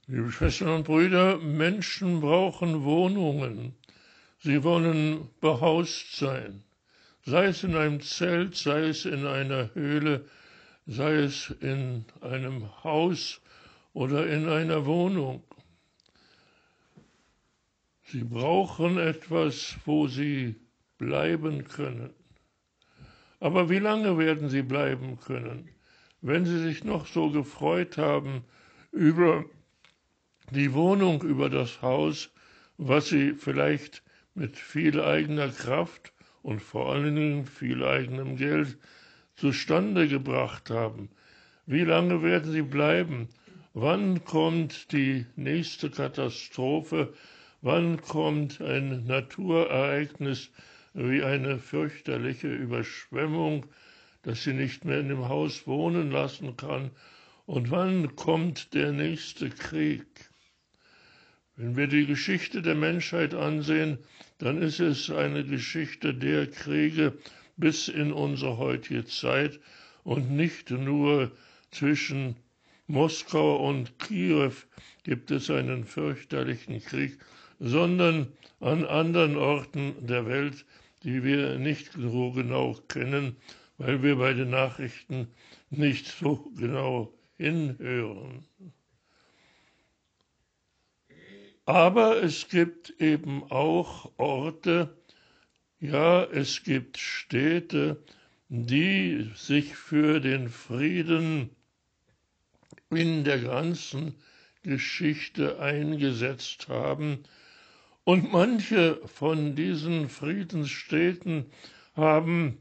Liebe Schwestern und Brüder, Menschen brauchen Wohnungen. Sie wollen behaust sein. Sei es in einem Zelt, sei es in einer Höhle, sei es in einem Haus oder in einer Wohnung. Sie brauchen etwas, wo sie bleiben können. Aber wie lange werden sie bleiben können? Wenn sie sich noch so gefreut haben über die Wohnung, über das Haus, was sie vielleicht mit viel eigener Kraft und vor allen Dingen viel eigenem Geld zustande gebracht haben. Wie lange werden sie bleiben? Wann kommt die nächste Katastrophe? Wann kommt ein Naturereignis wie eine fürchterliche Überschwemmung, dass sie nicht mehr in dem Haus wohnen lassen kann? Und wann kommt der nächste Krieg? Wenn wir die Geschichte der Menschheit ansehen, dann ist es eine Geschichte der Kriege bis in unsere heutige Zeit und nicht nur zwischen Moskau und Kiew gibt es einen fürchterlichen Krieg, sondern an anderen Orten der Welt, die wir nicht so genau kennen, weil wir bei den Nachrichten nicht so genau hinhören. Aber es gibt eben auch Orte, ja, es gibt Städte, die sich für den Frieden in der ganzen Geschichte eingesetzt haben. Und manche von diesen Friedensstädten haben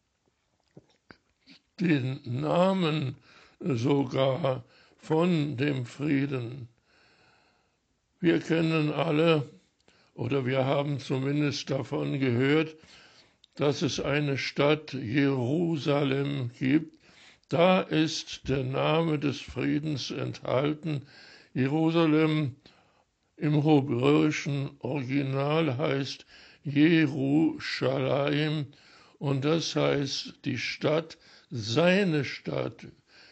den Namen sogar von dem Frieden. Wir kennen alle, oder wir haben zumindest davon gehört, dass es eine Stadt Jerusalem gibt. Da ist der Name des Friedens enthalten. Jerusalem im hebräischen Original heißt Jerusalem und das heißt die Stadt, seine Stadt,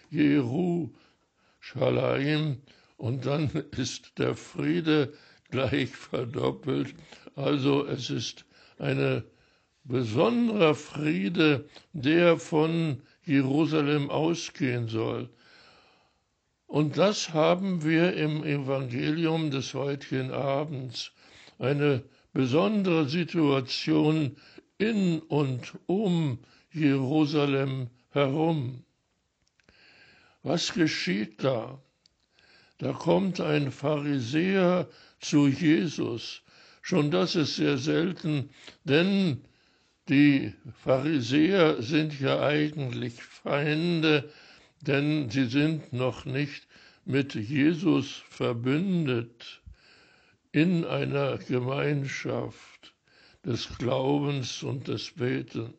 Jerusalem. Und dann ist der Friede gleich verdoppelt. Also es ist ein besonderer Friede, der von Jerusalem ausgehen soll. Und das haben wir im Evangelium des heutigen Abends. Eine besondere Situation in und um Jerusalem herum. Was geschieht da? Da kommt ein Pharisäer zu Jesus. Schon das ist sehr selten, denn die Pharisäer sind ja eigentlich Feinde, denn sie sind noch nicht mit Jesus verbündet in einer Gemeinschaft des Glaubens und des Betens.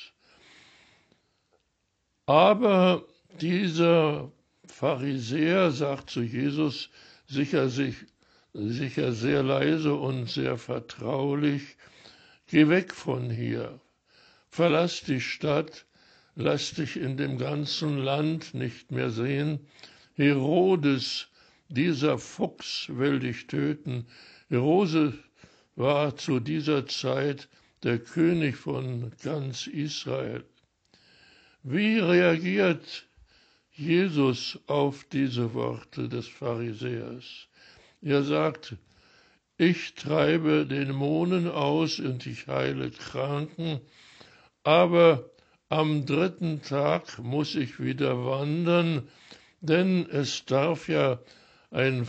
Aber dieser Pharisäer sagt zu Jesus sicher sehr leise und sehr vertraulich: Geh weg von hier, verlass die Stadt, lass dich in dem ganzen Land nicht mehr sehen. Herodes, dieser Fuchs, will dich töten. Herodes war zu dieser Zeit der König von ganz Israel. Wie reagiert Jesus auf diese Worte des Pharisäers? Er sagt: Ich treibe Dämonen aus und ich heile Kranken, aber am dritten Tag muss ich wieder wandern, denn es darf ja ein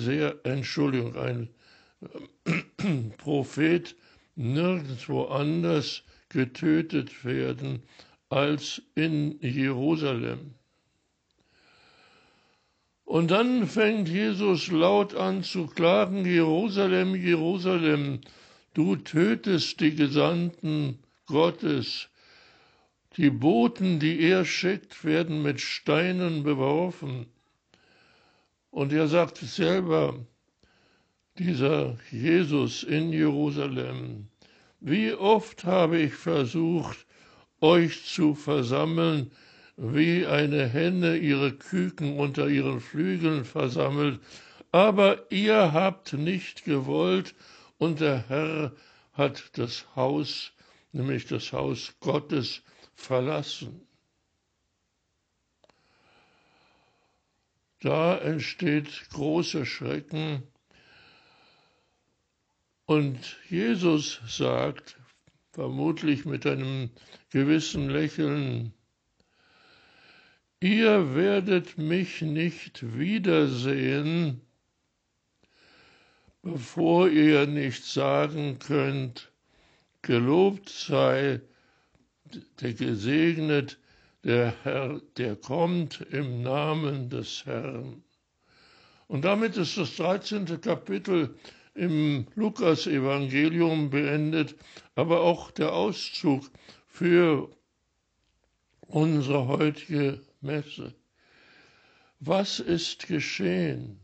Prophet nirgendwo anders getötet werden als in Jerusalem. Und dann fängt Jesus laut an zu klagen: Jerusalem, Jerusalem, du tötest die Gesandten Gottes. Die Boten, die er schickt, werden mit Steinen beworfen. Und er sagt selber, dieser Jesus in Jerusalem: Wie oft habe ich versucht, euch zu versammeln, wie eine Henne ihre Küken unter ihren Flügeln versammelt, aber ihr habt nicht gewollt, und der Herr hat das Haus, nämlich das Haus Gottes, verlassen. Da entsteht großer Schrecken, und Jesus sagt, vermutlich mit einem gewissen Lächeln, ihr werdet mich nicht wiedersehen, bevor ihr nicht sagen könnt, gelobt sei der gesegnet, der Herr, der kommt im Namen des Herrn. Und damit ist das 13. Kapitel im Lukas-Evangelium beendet, aber auch der Auszug für unsere heutige Messe. Was ist geschehen?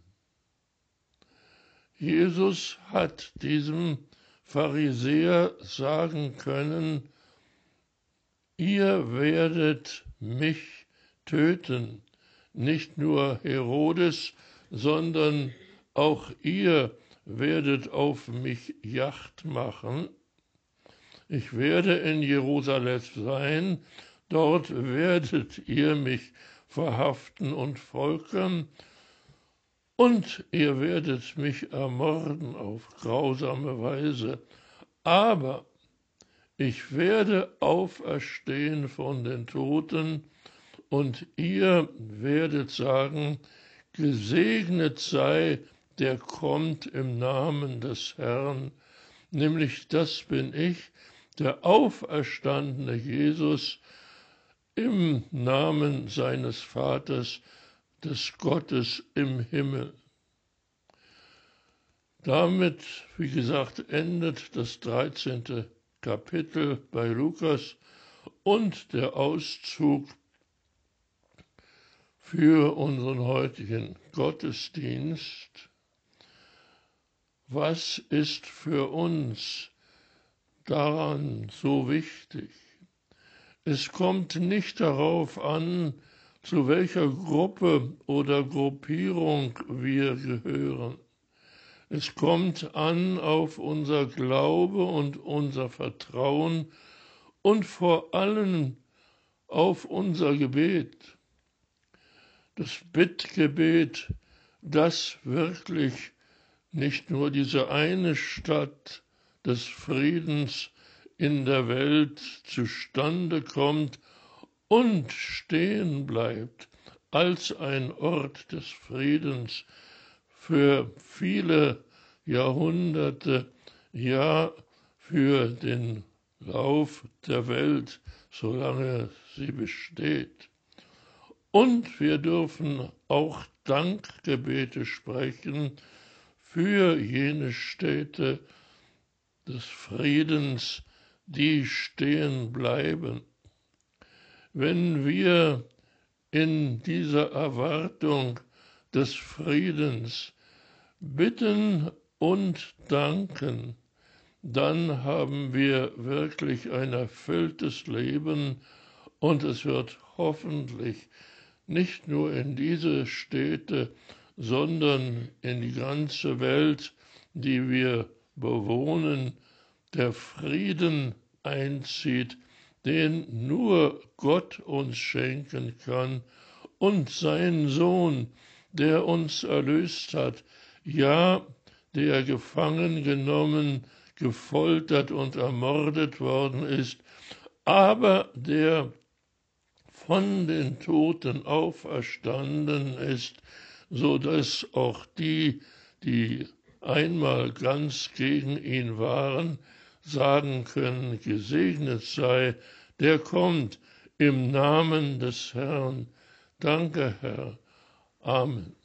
Jesus hat diesem Pharisäer sagen können, ihr werdet mich töten, nicht nur Herodes, sondern auch ihr werdet auf mich Jagd machen. Ich werde in Jerusalem sein, dort werdet ihr mich verhaften und foltern, und ihr werdet mich ermorden auf grausame Weise. Aber ich werde auferstehen von den Toten, und ihr werdet sagen, gesegnet sei, der kommt im Namen des Herrn, nämlich das bin ich, der auferstandene Jesus, im Namen seines Vaters, des Gottes im Himmel. Damit, wie gesagt, endet das 13. Kapitel bei Lukas und der Auszug für unseren heutigen Gottesdienst. Was ist für uns daran so wichtig? Es kommt nicht darauf an, zu welcher Gruppe oder Gruppierung wir gehören. Es kommt an auf unser Glaube und unser Vertrauen und vor allem auf unser Gebet. Das Bittgebet, das wirklich nicht nur diese eine Stadt des Friedens in der Welt zustande kommt und stehen bleibt als ein Ort des Friedens für viele Jahrhunderte, ja für den Lauf der Welt, solange sie besteht. Und wir dürfen auch Dankgebete sprechen für jene Städte des Friedens, die stehen bleiben. Wenn wir in dieser Erwartung des Friedens bitten und danken, dann haben wir wirklich ein erfülltes Leben, und es wird hoffentlich nicht nur in diese Städte, sondern in die ganze Welt, die wir bewohnen, der Frieden einzieht, den nur Gott uns schenken kann, und sein Sohn, der uns erlöst hat, ja, der gefangen genommen, gefoltert und ermordet worden ist, aber der von den Toten auferstanden ist, so dass auch die, die einmal ganz gegen ihn waren, sagen können, gesegnet sei, der kommt im Namen des Herrn. Danke, Herr. Amen.